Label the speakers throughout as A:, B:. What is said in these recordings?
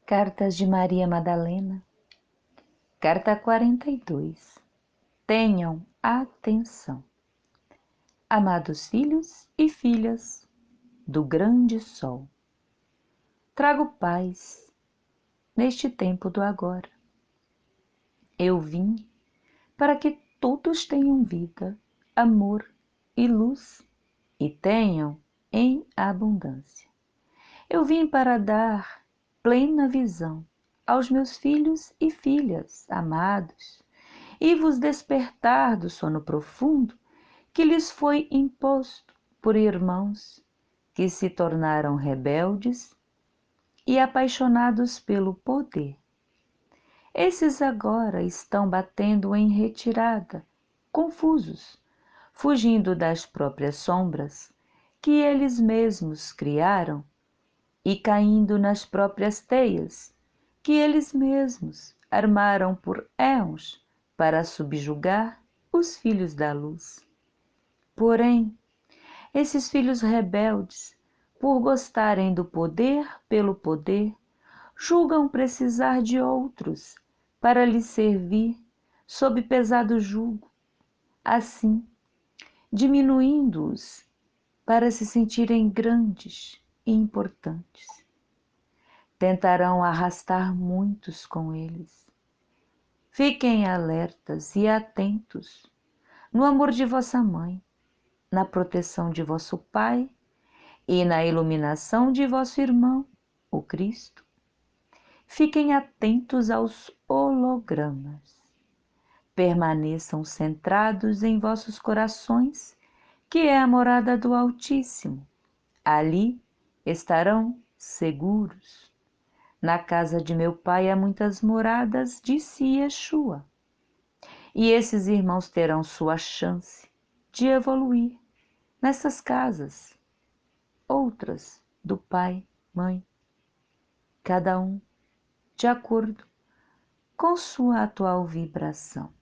A: Cartas de Maria Madalena, Carta 42. Tenham atenção. Amados filhos e filhas do grande sol, trago paz neste tempo do agora. Eu vim para que todos tenham vida, amor e luz e tenham em abundância. Eu vim para dar plena visão aos meus filhos e filhas amados e vos despertar do sono profundo que lhes foi imposto por irmãos que se tornaram rebeldes e apaixonados pelo poder. Esses agora estão batendo em retirada, confusos, fugindo das próprias sombras que eles mesmos criaram e caindo nas próprias teias que eles mesmos armaram por éons para subjugar os filhos da luz. Porém, esses filhos rebeldes, por gostarem do poder pelo poder, julgam precisar de outros para lhes servir sob pesado jugo, assim, diminuindo-os para se sentirem grandes e importantes. Tentarão arrastar muitos com eles. Fiquem alertas e atentos no amor de vossa mãe, na proteção de vosso Pai e na iluminação de vosso irmão, o Cristo. Fiquem atentos aos hologramas. Permaneçam centrados em vossos corações, que é a morada do Altíssimo. Ali estarão seguros. Na casa de meu Pai há muitas moradas, disse Yeshua. E esses irmãos terão sua chance de evoluir nessas casas, outras do pai, mãe, cada um de acordo com sua atual vibração.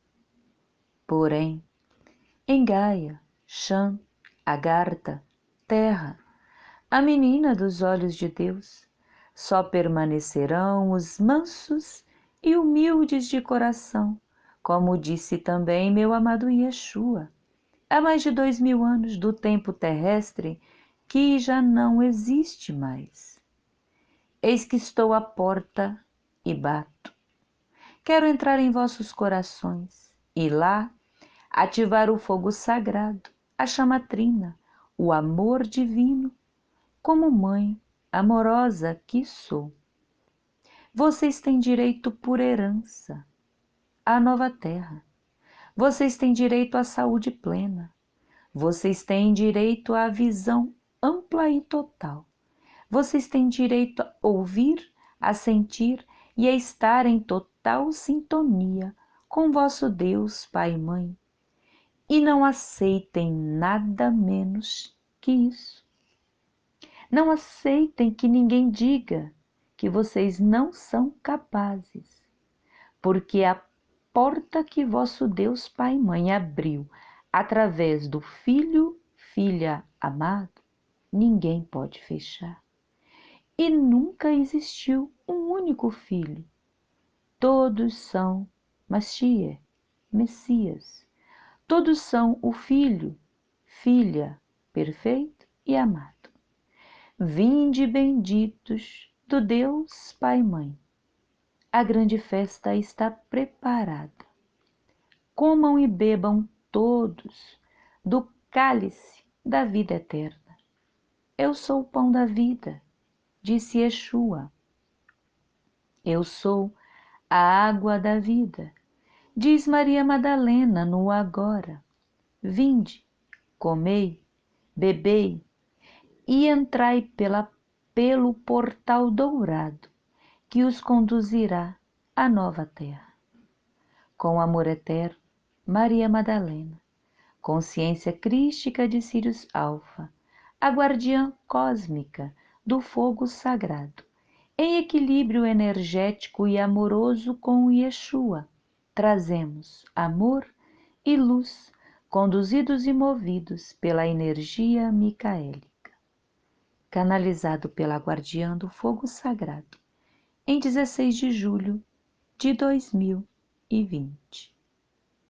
A: Porém, em Gaia, Chã, Agartha, Terra, a menina dos olhos de Deus, só permanecerão os mansos e humildes de coração, como disse também meu amado Yeshua, há mais de 2000 anos do tempo terrestre que já não existe mais. Eis que estou à porta e bato. Quero entrar em vossos corações e lá ativar o fogo sagrado, a chama trina, o amor divino, como mãe amorosa que sou. Vocês têm direito por herança à nova terra. Vocês têm direito à saúde plena. Vocês têm direito à visão ampla e total. Vocês têm direito a ouvir, a sentir e a estar em total sintonia com vosso Deus, Pai e Mãe. E não aceitem nada menos que isso. Não aceitem que ninguém diga que vocês não são capazes, porque a porta que vosso Deus Pai e Mãe abriu através do Filho, Filha amado, ninguém pode fechar. E nunca existiu um único filho. Todos são Mashiach, Messias. Todos são o Filho, Filha, perfeito e amado. Vinde benditos do Deus Pai e Mãe. A grande festa está preparada. Comam e bebam todos do cálice da vida eterna. Eu sou o pão da vida, disse Yeshua. Eu sou a água da vida, diz Maria Madalena no agora. Vinde, comei, bebei e entrai pelo portal dourado que os conduzirá à nova terra. Com amor eterno, Maria Madalena, consciência crística de Sirius Alfa, a guardiã cósmica do fogo sagrado, em equilíbrio energético e amoroso com Yeshua, trazemos amor e luz, conduzidos e movidos pela energia micaélica. Canalizado pela guardiã do fogo sagrado, em 16 de julho de 2020.